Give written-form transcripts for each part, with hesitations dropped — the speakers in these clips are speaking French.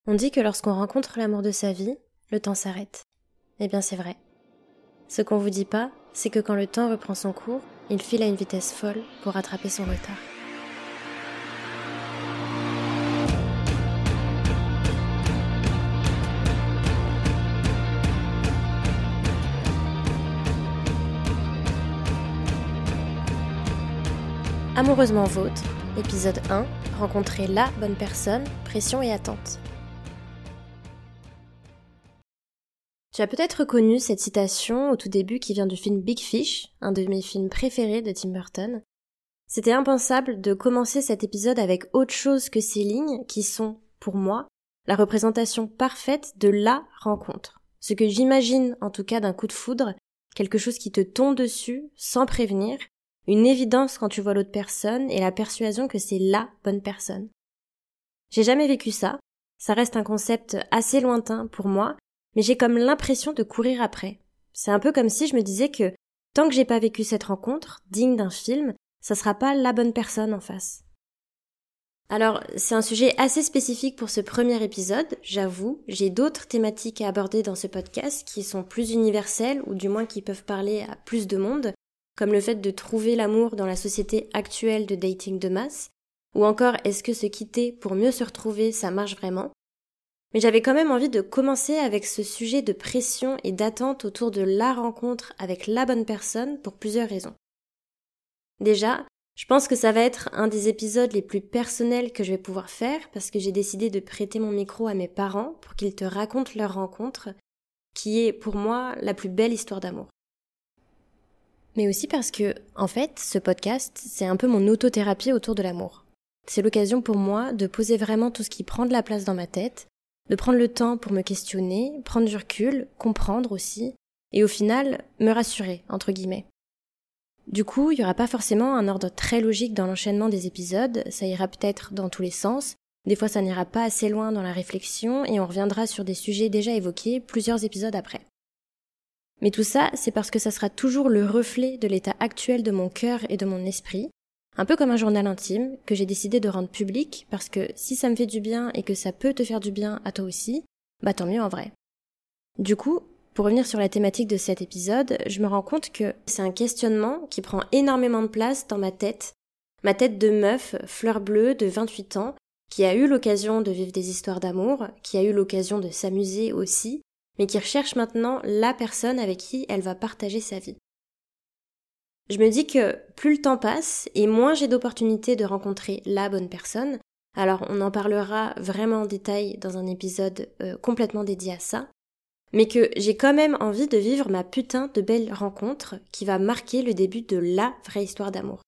On dit que lorsqu'on rencontre l'amour de sa vie, le temps s'arrête. Eh bien c'est vrai. Ce qu'on vous dit pas, c'est que quand le temps reprend son cours, il file à une vitesse folle pour rattraper son retard. Amoureusement vôtre, épisode 1, rencontrer la bonne personne, pression et attente. Tu as peut-être reconnu cette citation au tout début qui vient du film Big Fish, un de mes films préférés de Tim Burton. C'était impensable de commencer cet épisode avec autre chose que ces lignes qui sont, pour moi, la représentation parfaite de la rencontre. Ce que j'imagine en tout cas d'un coup de foudre, quelque chose qui te tombe dessus sans prévenir, une évidence quand tu vois l'autre personne et la persuasion que c'est la bonne personne. J'ai jamais vécu ça reste un concept assez lointain pour moi, mais j'ai comme l'impression de courir après. C'est un peu comme si je me disais que tant que j'ai pas vécu cette rencontre, digne d'un film, ça sera pas la bonne personne en face. Alors, c'est un sujet assez spécifique pour ce premier épisode, j'avoue. J'ai d'autres thématiques à aborder dans ce podcast qui sont plus universelles ou du moins qui peuvent parler à plus de monde, comme le fait de trouver l'amour dans la société actuelle de dating de masse, ou encore est-ce que se quitter pour mieux se retrouver, ça marche vraiment ? Mais j'avais quand même envie de commencer avec ce sujet de pression et d'attente autour de la rencontre avec la bonne personne pour plusieurs raisons. Déjà, je pense que ça va être un des épisodes les plus personnels que je vais pouvoir faire parce que j'ai décidé de prêter mon micro à mes parents pour qu'ils te racontent leur rencontre, qui est pour moi la plus belle histoire d'amour. Mais aussi parce que, en fait, ce podcast, c'est un peu mon autothérapie autour de l'amour. C'est l'occasion pour moi de poser vraiment tout ce qui prend de la place dans ma tête, de prendre le temps pour me questionner, prendre du recul, comprendre aussi, et au final, me rassurer, entre guillemets. Du coup, il n'y aura pas forcément un ordre très logique dans l'enchaînement des épisodes, ça ira peut-être dans tous les sens, des fois ça n'ira pas assez loin dans la réflexion, et on reviendra sur des sujets déjà évoqués plusieurs épisodes après. Mais tout ça, c'est parce que ça sera toujours le reflet de l'état actuel de mon cœur et de mon esprit, un peu comme un journal intime que j'ai décidé de rendre public parce que si ça me fait du bien et que ça peut te faire du bien à toi aussi, bah tant mieux en vrai. Du coup, pour revenir sur la thématique de cet épisode, je me rends compte que c'est un questionnement qui prend énormément de place dans ma tête de meuf, fleur bleue de 28 ans, qui a eu l'occasion de vivre des histoires d'amour, qui a eu l'occasion de s'amuser aussi, mais qui recherche maintenant la personne avec qui elle va partager sa vie. Je me dis que plus le temps passe et moins j'ai d'opportunités de rencontrer la bonne personne, alors on en parlera vraiment en détail dans un épisode complètement dédié à ça, mais que j'ai quand même envie de vivre ma putain de belle rencontre qui va marquer le début de la vraie histoire d'amour.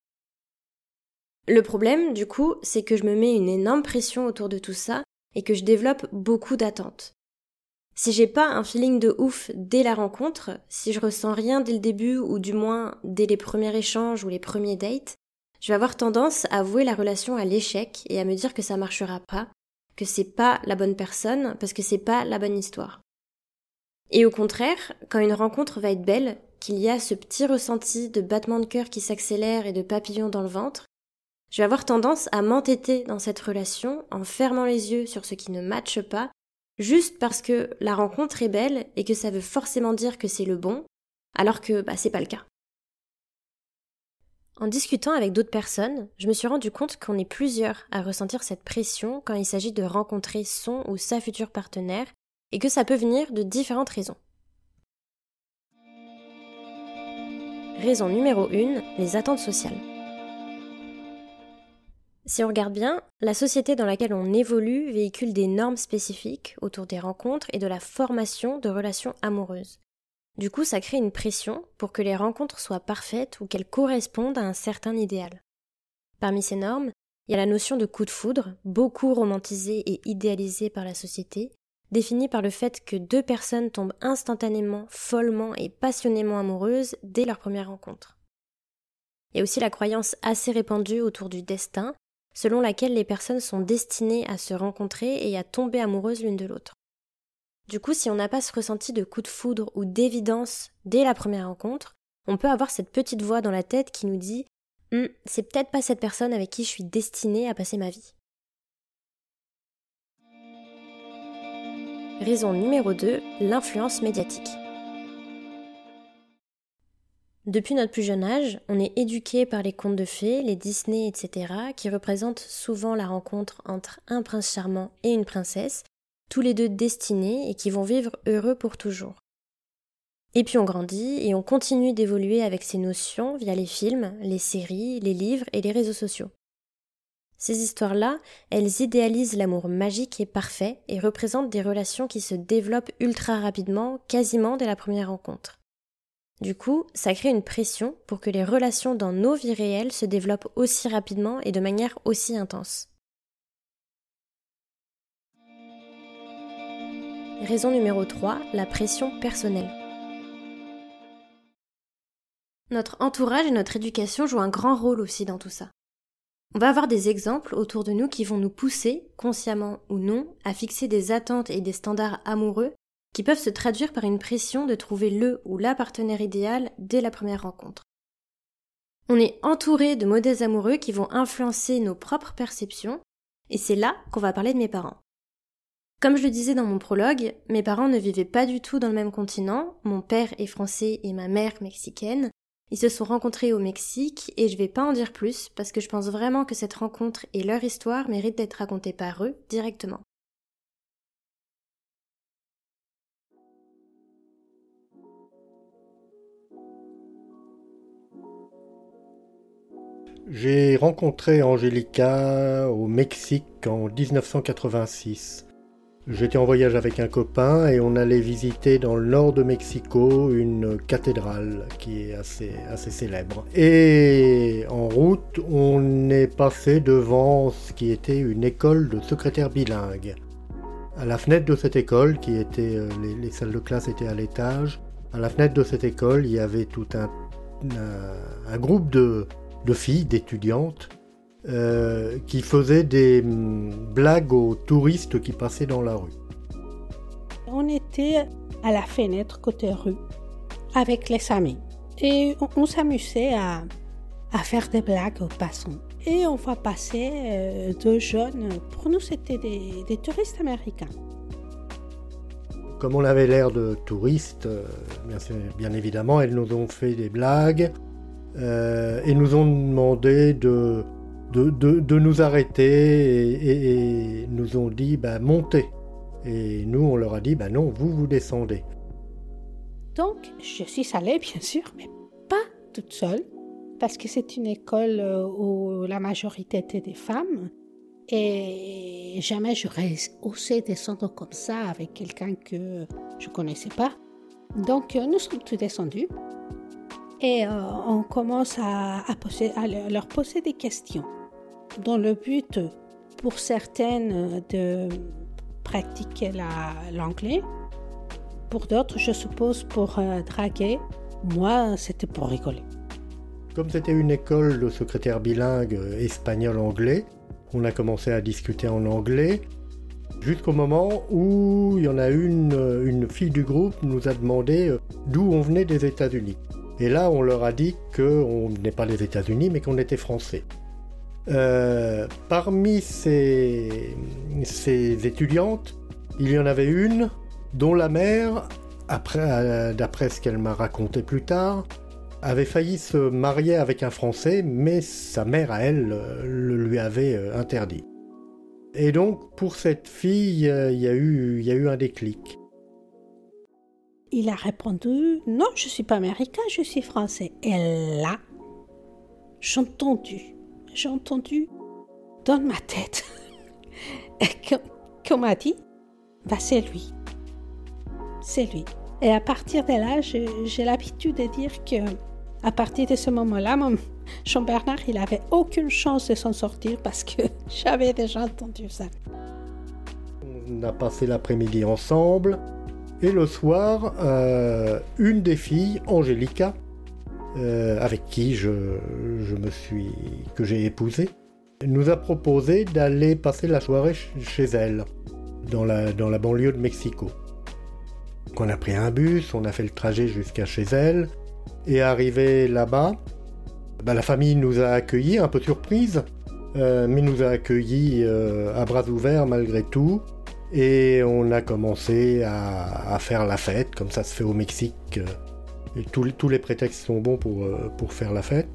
Le problème, du coup, c'est que je me mets une énorme pression autour de tout ça et que je développe beaucoup d'attentes. Si j'ai pas un feeling de ouf dès la rencontre, si je ressens rien dès le début ou du moins dès les premiers échanges ou les premiers dates, je vais avoir tendance à vouer la relation à l'échec et à me dire que ça marchera pas, que c'est pas la bonne personne parce que c'est pas la bonne histoire. Et au contraire, quand une rencontre va être belle, qu'il y a ce petit ressenti de battement de cœur qui s'accélère et de papillons dans le ventre, je vais avoir tendance à m'entêter dans cette relation en fermant les yeux sur ce qui ne matche pas, juste parce que la rencontre est belle et que ça veut forcément dire que c'est le bon, alors que c'est pas le cas. En discutant avec d'autres personnes, je me suis rendu compte qu'on est plusieurs à ressentir cette pression quand il s'agit de rencontrer son ou sa future partenaire et que ça peut venir de différentes raisons. Raison numéro 1, les attentes sociales. Si on regarde bien, la société dans laquelle on évolue véhicule des normes spécifiques autour des rencontres et de la formation de relations amoureuses. Du coup, ça crée une pression pour que les rencontres soient parfaites ou qu'elles correspondent à un certain idéal. Parmi ces normes, il y a la notion de coup de foudre, beaucoup romantisée et idéalisée par la société, définie par le fait que deux personnes tombent instantanément, follement et passionnément amoureuses dès leur première rencontre. Il y a aussi la croyance assez répandue autour du destin, selon laquelle les personnes sont destinées à se rencontrer et à tomber amoureuses l'une de l'autre. Du coup, si on n'a pas ce ressenti de coup de foudre ou d'évidence dès la première rencontre, on peut avoir cette petite voix dans la tête qui nous dit « c'est peut-être pas cette personne avec qui je suis destinée à passer ma vie ». Raison numéro 2, l'influence médiatique. Depuis notre plus jeune âge, on est éduqué par les contes de fées, les Disney, etc., qui représentent souvent la rencontre entre un prince charmant et une princesse, tous les deux destinés et qui vont vivre heureux pour toujours. Et puis on grandit et on continue d'évoluer avec ces notions via les films, les séries, les livres et les réseaux sociaux. Ces histoires-là, elles idéalisent l'amour magique et parfait et représentent des relations qui se développent ultra rapidement, quasiment dès la première rencontre. Du coup, ça crée une pression pour que les relations dans nos vies réelles se développent aussi rapidement et de manière aussi intense. Raison numéro 3, la pression personnelle. Notre entourage et notre éducation jouent un grand rôle aussi dans tout ça. On va avoir des exemples autour de nous qui vont nous pousser, consciemment ou non, à fixer des attentes et des standards amoureux qui peuvent se traduire par une pression de trouver le ou la partenaire idéal dès la première rencontre. On est entouré de modèles amoureux qui vont influencer nos propres perceptions, et c'est là qu'on va parler de mes parents. Comme je le disais dans mon prologue, mes parents ne vivaient pas du tout dans le même continent, mon père est français et ma mère mexicaine. Ils se sont rencontrés au Mexique et je vais pas en dire plus parce que je pense vraiment que cette rencontre et leur histoire méritent d'être racontées par eux directement. J'ai rencontré Angélica au Mexique en 1986. J'étais en voyage avec un copain et on allait visiter dans le nord de Mexico une cathédrale qui est assez célèbre. Et en route, on est passé devant ce qui était une école de secrétaires bilingues. À la fenêtre de cette école, qui était les salles de classe étaient à l'étage, à la fenêtre de cette école, il y avait tout un groupe de filles, d'étudiantes, qui faisaient des blagues aux touristes qui passaient dans la rue. On était à la fenêtre côté rue avec les amis et on s'amusait à faire des blagues aux passants. Et on va passer deux jeunes, pour nous c'était des touristes américains. Comme on avait l'air de touristes, bien évidemment, elles nous ont fait des blagues et nous ont demandé de nous arrêter et nous ont dit montez. Et nous on leur a dit non, vous descendez. Donc je suis allée bien sûr, mais pas toute seule, parce que c'est une école où la majorité était des femmes et jamais j'aurais osé descendre comme ça avec quelqu'un que je connaissais pas. Donc nous sommes tous descendus et on commence à leur poser des questions dans le but, pour certaines, de pratiquer l'anglais. Pour d'autres, je suppose, pour draguer. Moi, c'était pour rigoler. Comme c'était une école de secrétaires bilingues espagnol-anglais, on a commencé à discuter en anglais, jusqu'au moment où il y en a une fille du groupe nous a demandé d'où on venait des États-Unis. Et là, on leur a dit qu'on ne venait pas des États-Unis, mais qu'on était français. Parmi ces étudiantes, il y en avait une dont la mère, d'après ce qu'elle m'a raconté plus tard, avait failli se marier avec un Français, mais sa mère, à elle, le lui avait interdit. Et donc, pour cette fille, il y a eu un déclic. Il a répondu « Non, je ne suis pas américain, je suis français. » Et là, j'ai entendu dans ma tête qu'on m'a dit c'est lui. Et à partir de là, j'ai l'habitude de dire que à partir de ce moment-là, Jean-Bernard, il n'avait aucune chance de s'en sortir parce que j'avais déjà entendu ça. On a passé l'après-midi ensemble et le soir, une des filles, Angélica, avec qui que j'ai épousé, nous a proposé d'aller passer la soirée chez elle, dans la banlieue de Mexico. Donc on a pris un bus, on a fait le trajet jusqu'à chez elle, et arrivé là-bas, la famille nous a accueillis, un peu surprise, mais nous a accueillis à bras ouverts malgré tout, Et on a commencé à faire la fête, comme ça se fait au Mexique. Et tous les prétextes sont bons pour faire la fête.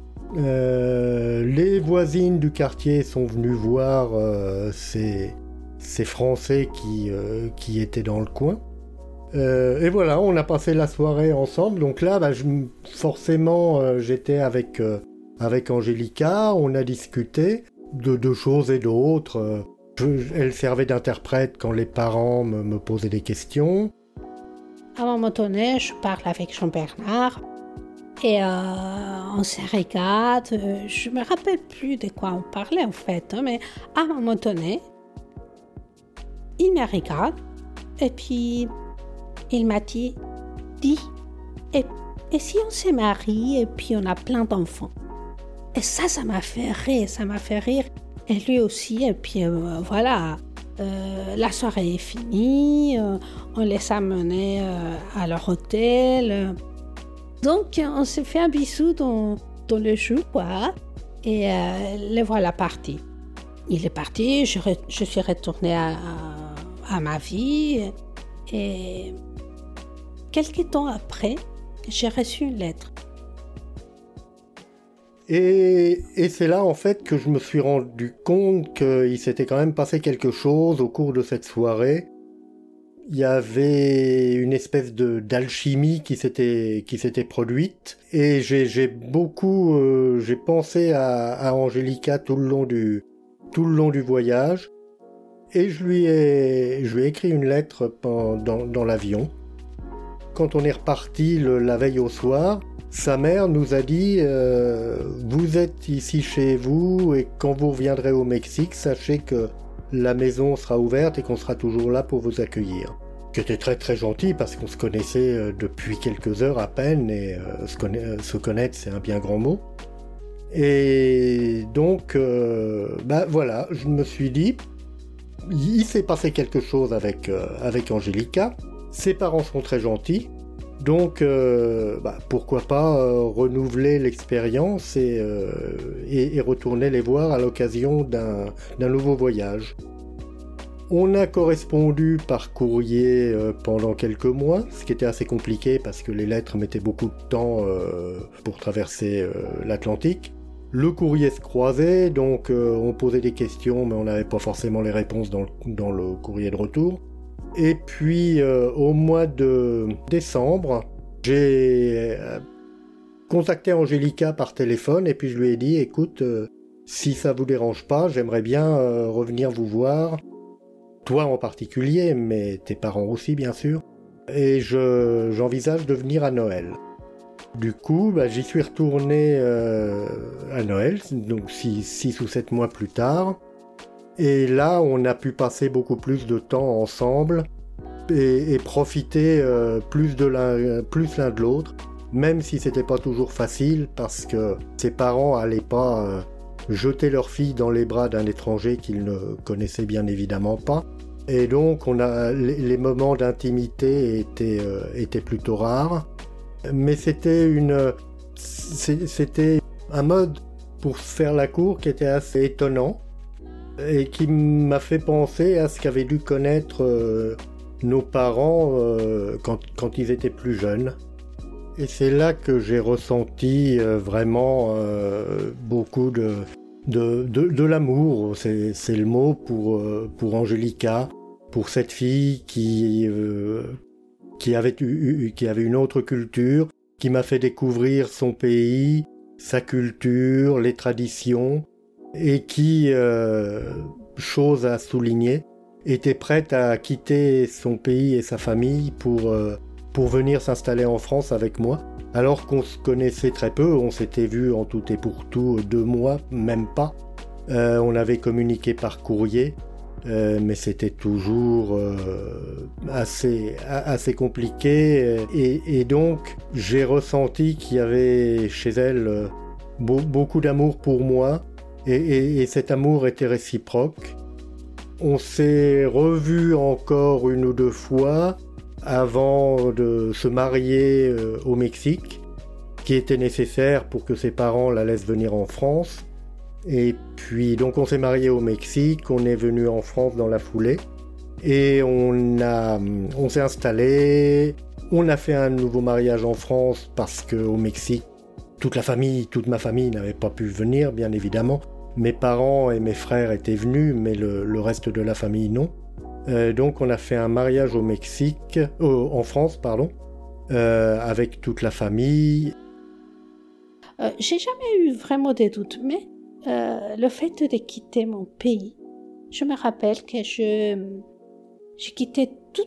Les voisines du quartier sont venues voir ces Français qui étaient dans le coin. Et voilà, on a passé la soirée ensemble. Donc là, forcément, j'étais avec Angélica. On a discuté de choses et d'autres. Elle servait d'interprète quand les parents me posaient des questions. À un moment donné, je parle avec Jean-Bernard et on se regarde. Je me rappelle plus de quoi on parlait en fait, mais à un moment donné, il me regarde et puis il m'a dit « Dis, et si on se marie et puis on a plein d'enfants ?» Et ça m'a fait rire. Et lui aussi, et puis voilà, la soirée est finie, on les a menés à leur hôtel. Donc, on s'est fait un bisou dans le jour, quoi, et les voilà partis. Il est parti, je suis retournée à ma vie, et quelques temps après, j'ai reçu une lettre. Et c'est là, en fait, que je me suis rendu compte qu'il s'était quand même passé quelque chose au cours de cette soirée. Il y avait une espèce d'alchimie qui s'était produite. Et j'ai pensé à Angélica tout le long du voyage. Et je lui ai écrit une lettre dans l'avion. Quand on est reparti la veille au soir, sa mère nous a dit vous êtes ici chez vous et quand vous reviendrez au Mexique, sachez que la maison sera ouverte et qu'on sera toujours là pour vous accueillir. C'était très très gentil parce qu'on se connaissait depuis quelques heures à peine et se connaître c'est un bien grand mot. Et donc voilà, je me suis dit il s'est passé quelque chose avec Angélica. Ses parents sont très gentils. Donc, pourquoi pas renouveler l'expérience et retourner les voir à l'occasion d'un nouveau voyage. On a correspondu par courrier pendant quelques mois, ce qui était assez compliqué parce que les lettres mettaient beaucoup de temps pour traverser l'Atlantique. Le courrier se croisait, donc on posait des questions, mais on n'avait pas forcément les réponses dans le courrier de retour. Et puis, au mois de décembre, j'ai contacté Angélica par téléphone et puis je lui ai dit « Écoute, si ça vous dérange pas, j'aimerais bien revenir vous voir, toi en particulier, mais tes parents aussi, bien sûr, et j'envisage de venir à Noël. » Du coup, j'y suis retourné à Noël, donc 6 ou 7 mois plus tard. Et là, on a pu passer beaucoup plus de temps ensemble et profiter plus l'un de l'autre, même si c'était pas toujours facile parce que ses parents allaient pas jeter leur fille dans les bras d'un étranger qu'ils ne connaissaient bien évidemment pas. Et donc, les moments d'intimité étaient plutôt rares, mais c'était un mode pour se faire la cour qui était assez étonnant. Et qui m'a fait penser à ce qu'avaient dû connaître nos parents quand ils étaient plus jeunes. Et c'est là que j'ai ressenti vraiment beaucoup de l'amour, c'est le mot pour Angélica, pour cette fille qui avait une autre culture, qui m'a fait découvrir son pays, sa culture, les traditions, et qui, chose à souligner, était prête à quitter son pays et sa famille pour venir s'installer en France avec moi, alors qu'on se connaissait très peu, on s'était vus en tout et pour tout 2 mois, même pas. On avait communiqué par courrier, mais c'était toujours assez compliqué, et donc j'ai ressenti qu'il y avait chez elle beaucoup d'amour pour moi, et cet amour était réciproque. On s'est revus encore 1 ou 2 fois avant de se marier au Mexique, qui était nécessaire pour que ses parents la laissent venir en France. Et puis donc on s'est marié au Mexique, on est venu en France dans la foulée. Et on s'est installé, on a fait un nouveau mariage en France parce qu'au Mexique, toute ma famille n'avait pas pu venir, bien évidemment. Mes parents et mes frères étaient venus, mais le reste de la famille, non. Donc on a fait un mariage en France, avec toute la famille. J'ai jamais eu vraiment des doutes, mais le fait de quitter mon pays, je me rappelle que j'ai quitté tout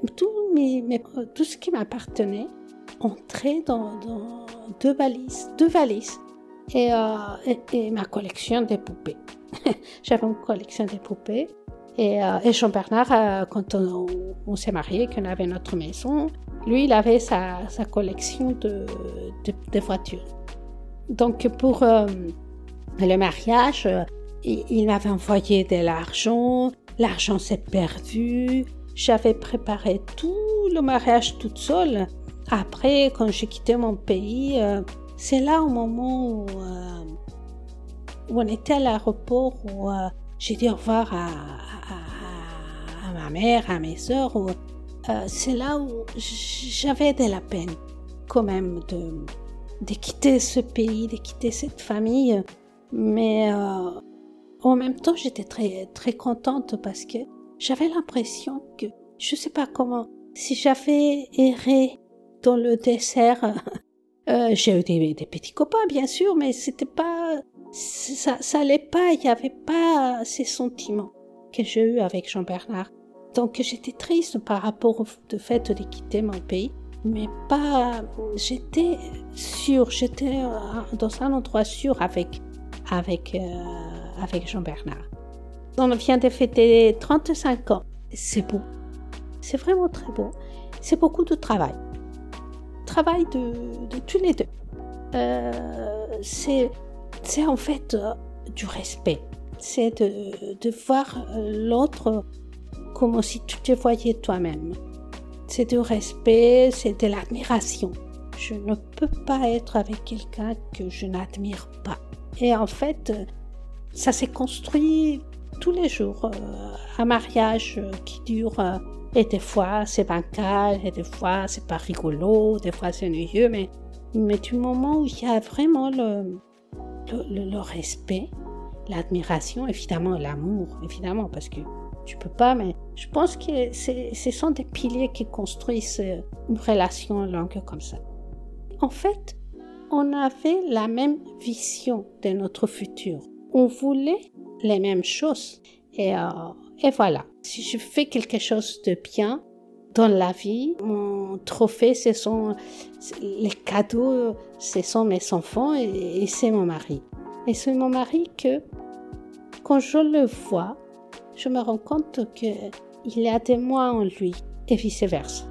ce qui m'appartenait, entré dans deux valises et ma collection de poupées. J'avais une collection de poupées et Jean-Bernard, quand on s'est mariés, qu'on avait notre maison, lui, il avait sa collection de voitures. Donc pour le mariage, il m'avait envoyé de l'argent s'est perdu, j'avais préparé tout le mariage toute seule. Après, quand j'ai quitté mon pays, c'est là au moment où on était à l'aéroport, où j'ai dit au revoir à ma mère, à mes sœurs. C'est là où j'avais de la peine quand même de quitter ce pays, de quitter cette famille. Mais en même temps, j'étais très, très contente parce que j'avais l'impression que, je sais pas comment, si j'avais erré dans le désert, j'ai eu des petits copains, bien sûr, mais c'était pas, ça allait pas, il y avait pas ces sentiments que j'ai eu avec Jean-Bernard. Donc, j'étais triste par rapport au fait de quitter mon pays, mais pas, j'étais sûre, j'étais dans un endroit sûr avec Jean-Bernard. On vient de fêter 35 ans. C'est beau. C'est vraiment très beau. C'est beaucoup de travail. Travail de tous les deux. C'est en fait du respect. C'est de voir l'autre comme si tu te voyais toi-même. C'est du respect, c'est de l'admiration. Je ne peux pas être avec quelqu'un que je n'admire pas. Et en fait, ça s'est construit tous les jours. Un mariage qui dure, et des fois c'est bancal, et des fois c'est pas rigolo, des fois c'est ennuyeux, mais du moment où il y a vraiment le respect, l'admiration, évidemment l'amour, évidemment, parce que tu peux pas, mais je pense que ce sont des piliers qui construisent une relation longue comme ça. En fait, on avait la même vision de notre futur. On voulait les mêmes choses. Et voilà. Si je fais quelque chose de bien dans la vie, mon trophée, ce sont les cadeaux, ce sont mes enfants et c'est mon mari. Et c'est mon mari que, quand je le vois, je me rends compte qu'il y a de moi en lui et vice-versa.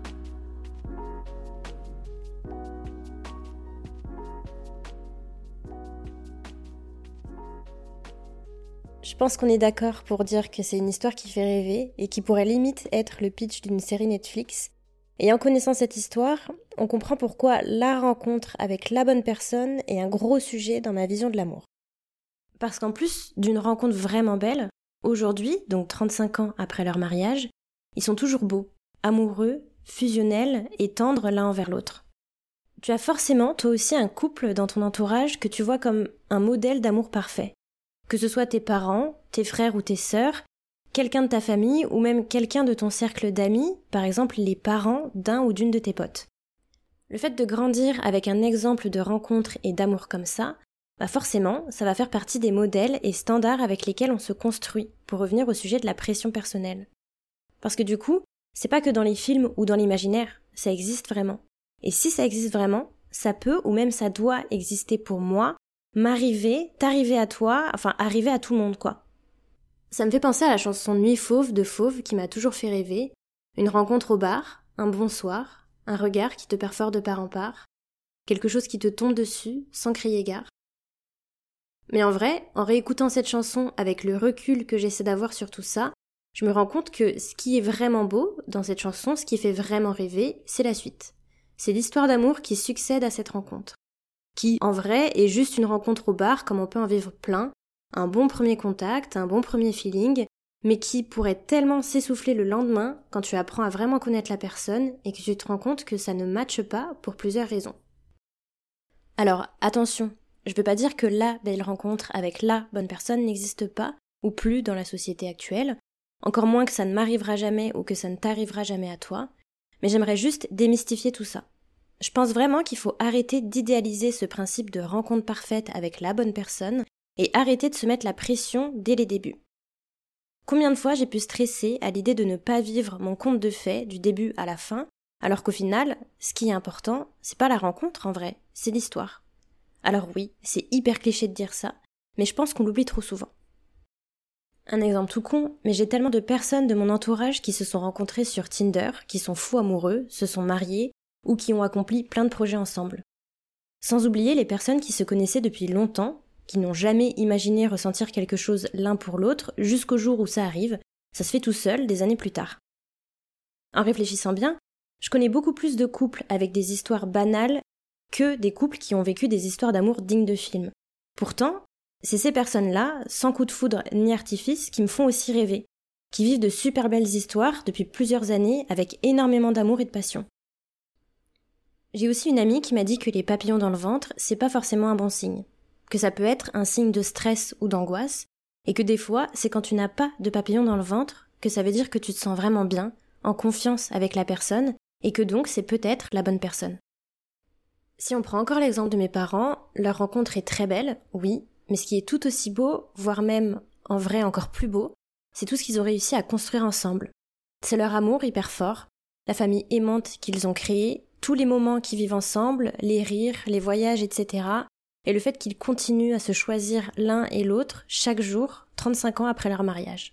Je pense qu'on est d'accord pour dire que c'est une histoire qui fait rêver et qui pourrait limite être le pitch d'une série Netflix. Et en connaissant cette histoire, on comprend pourquoi la rencontre avec la bonne personne est un gros sujet dans ma vision de l'amour. Parce qu'en plus d'une rencontre vraiment belle, aujourd'hui, donc 35 ans après leur mariage, ils sont toujours beaux, amoureux, fusionnels et tendres l'un envers l'autre. Tu as forcément, toi aussi, un couple dans ton entourage que tu vois comme un modèle d'amour parfait. Que ce soit tes parents, tes frères ou tes sœurs, quelqu'un de ta famille ou même quelqu'un de ton cercle d'amis, par exemple les parents d'un ou d'une de tes potes. Le fait de grandir avec un exemple de rencontre et d'amour comme ça, forcément, ça va faire partie des modèles et standards avec lesquels on se construit, pour revenir au sujet de la pression personnelle. Parce que du coup, c'est pas que dans les films ou dans l'imaginaire, ça existe vraiment. Et si ça existe vraiment, ça peut ou même ça doit exister pour moi, t'arriver à toi, enfin arriver à tout le monde quoi. Ça me fait penser à la chanson Nuit fauve de Fauve qui m'a toujours fait rêver, une rencontre au bar, un bonsoir, un regard qui te perfore de part en part, quelque chose qui te tombe dessus sans crier gare. Mais en vrai, en réécoutant cette chanson avec le recul que j'essaie d'avoir sur tout ça, je me rends compte que ce qui est vraiment beau dans cette chanson, ce qui fait vraiment rêver, c'est la suite. C'est l'histoire d'amour qui succède à cette rencontre. Qui, en vrai, est juste une rencontre au bar comme on peut en vivre plein, un bon premier contact, un bon premier feeling, mais qui pourrait tellement s'essouffler le lendemain quand tu apprends à vraiment connaître la personne et que tu te rends compte que ça ne matche pas pour plusieurs raisons. Alors, attention, je veux pas dire que la belle rencontre avec la bonne personne n'existe pas ou plus dans la société actuelle, encore moins que ça ne m'arrivera jamais ou que ça ne t'arrivera jamais à toi, mais j'aimerais juste démystifier tout ça. Je pense vraiment qu'il faut arrêter d'idéaliser ce principe de rencontre parfaite avec la bonne personne et arrêter de se mettre la pression dès les débuts. Combien de fois j'ai pu stresser à l'idée de ne pas vivre mon conte de fées du début à la fin, alors qu'au final, ce qui est important, c'est pas la rencontre en vrai, c'est l'histoire. Alors oui, c'est hyper cliché de dire ça, mais je pense qu'on l'oublie trop souvent. Un exemple tout con, mais j'ai tellement de personnes de mon entourage qui se sont rencontrées sur Tinder, qui sont fous amoureux, se sont mariés, ou qui ont accompli plein de projets ensemble. Sans oublier les personnes qui se connaissaient depuis longtemps, qui n'ont jamais imaginé ressentir quelque chose l'un pour l'autre, jusqu'au jour où ça arrive, ça se fait tout seul des années plus tard. En réfléchissant bien, je connais beaucoup plus de couples avec des histoires banales que des couples qui ont vécu des histoires d'amour dignes de film. Pourtant, c'est ces personnes-là, sans coup de foudre ni artifice, qui me font aussi rêver, qui vivent de super belles histoires depuis plusieurs années avec énormément d'amour et de passion. J'ai aussi une amie qui m'a dit que les papillons dans le ventre, c'est pas forcément un bon signe, que ça peut être un signe de stress ou d'angoisse, et que des fois, c'est quand tu n'as pas de papillons dans le ventre que ça veut dire que tu te sens vraiment bien, en confiance avec la personne, et que donc c'est peut-être la bonne personne. Si on prend encore l'exemple de mes parents, leur rencontre est très belle, oui, mais ce qui est tout aussi beau, voire même en vrai encore plus beau, c'est tout ce qu'ils ont réussi à construire ensemble. C'est leur amour hyper fort, la famille aimante qu'ils ont créée, tous les moments qu'ils vivent ensemble, les rires, les voyages, etc. Et le fait qu'ils continuent à se choisir l'un et l'autre chaque jour, 35 ans après leur mariage.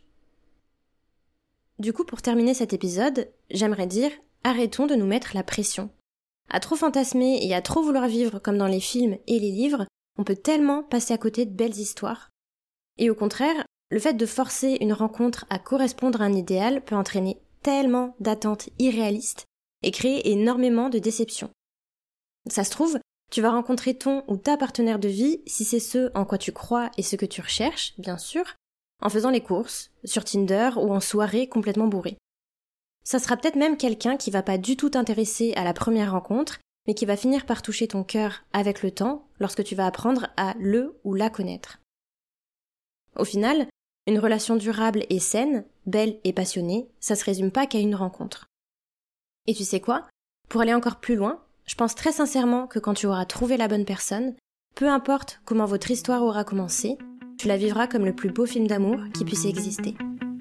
Du coup, pour terminer cet épisode, j'aimerais dire, arrêtons de nous mettre la pression. À trop fantasmer et à trop vouloir vivre comme dans les films et les livres, on peut tellement passer à côté de belles histoires. Et au contraire, le fait de forcer une rencontre à correspondre à un idéal peut entraîner tellement d'attentes irréalistes et créer énormément de déceptions. Ça se trouve, tu vas rencontrer ton ou ta partenaire de vie si c'est ce en quoi tu crois et ce que tu recherches, bien sûr, en faisant les courses, sur Tinder ou en soirée complètement bourrée. Ça sera peut-être même quelqu'un qui va pas du tout t'intéresser à la première rencontre, mais qui va finir par toucher ton cœur avec le temps lorsque tu vas apprendre à le ou la connaître. Au final, une relation durable et saine, belle et passionnée, ça se résume pas qu'à une rencontre. Et tu sais quoi ? Pour aller encore plus loin, je pense très sincèrement que quand tu auras trouvé la bonne personne, peu importe comment votre histoire aura commencé, tu la vivras comme le plus beau film d'amour qui puisse exister.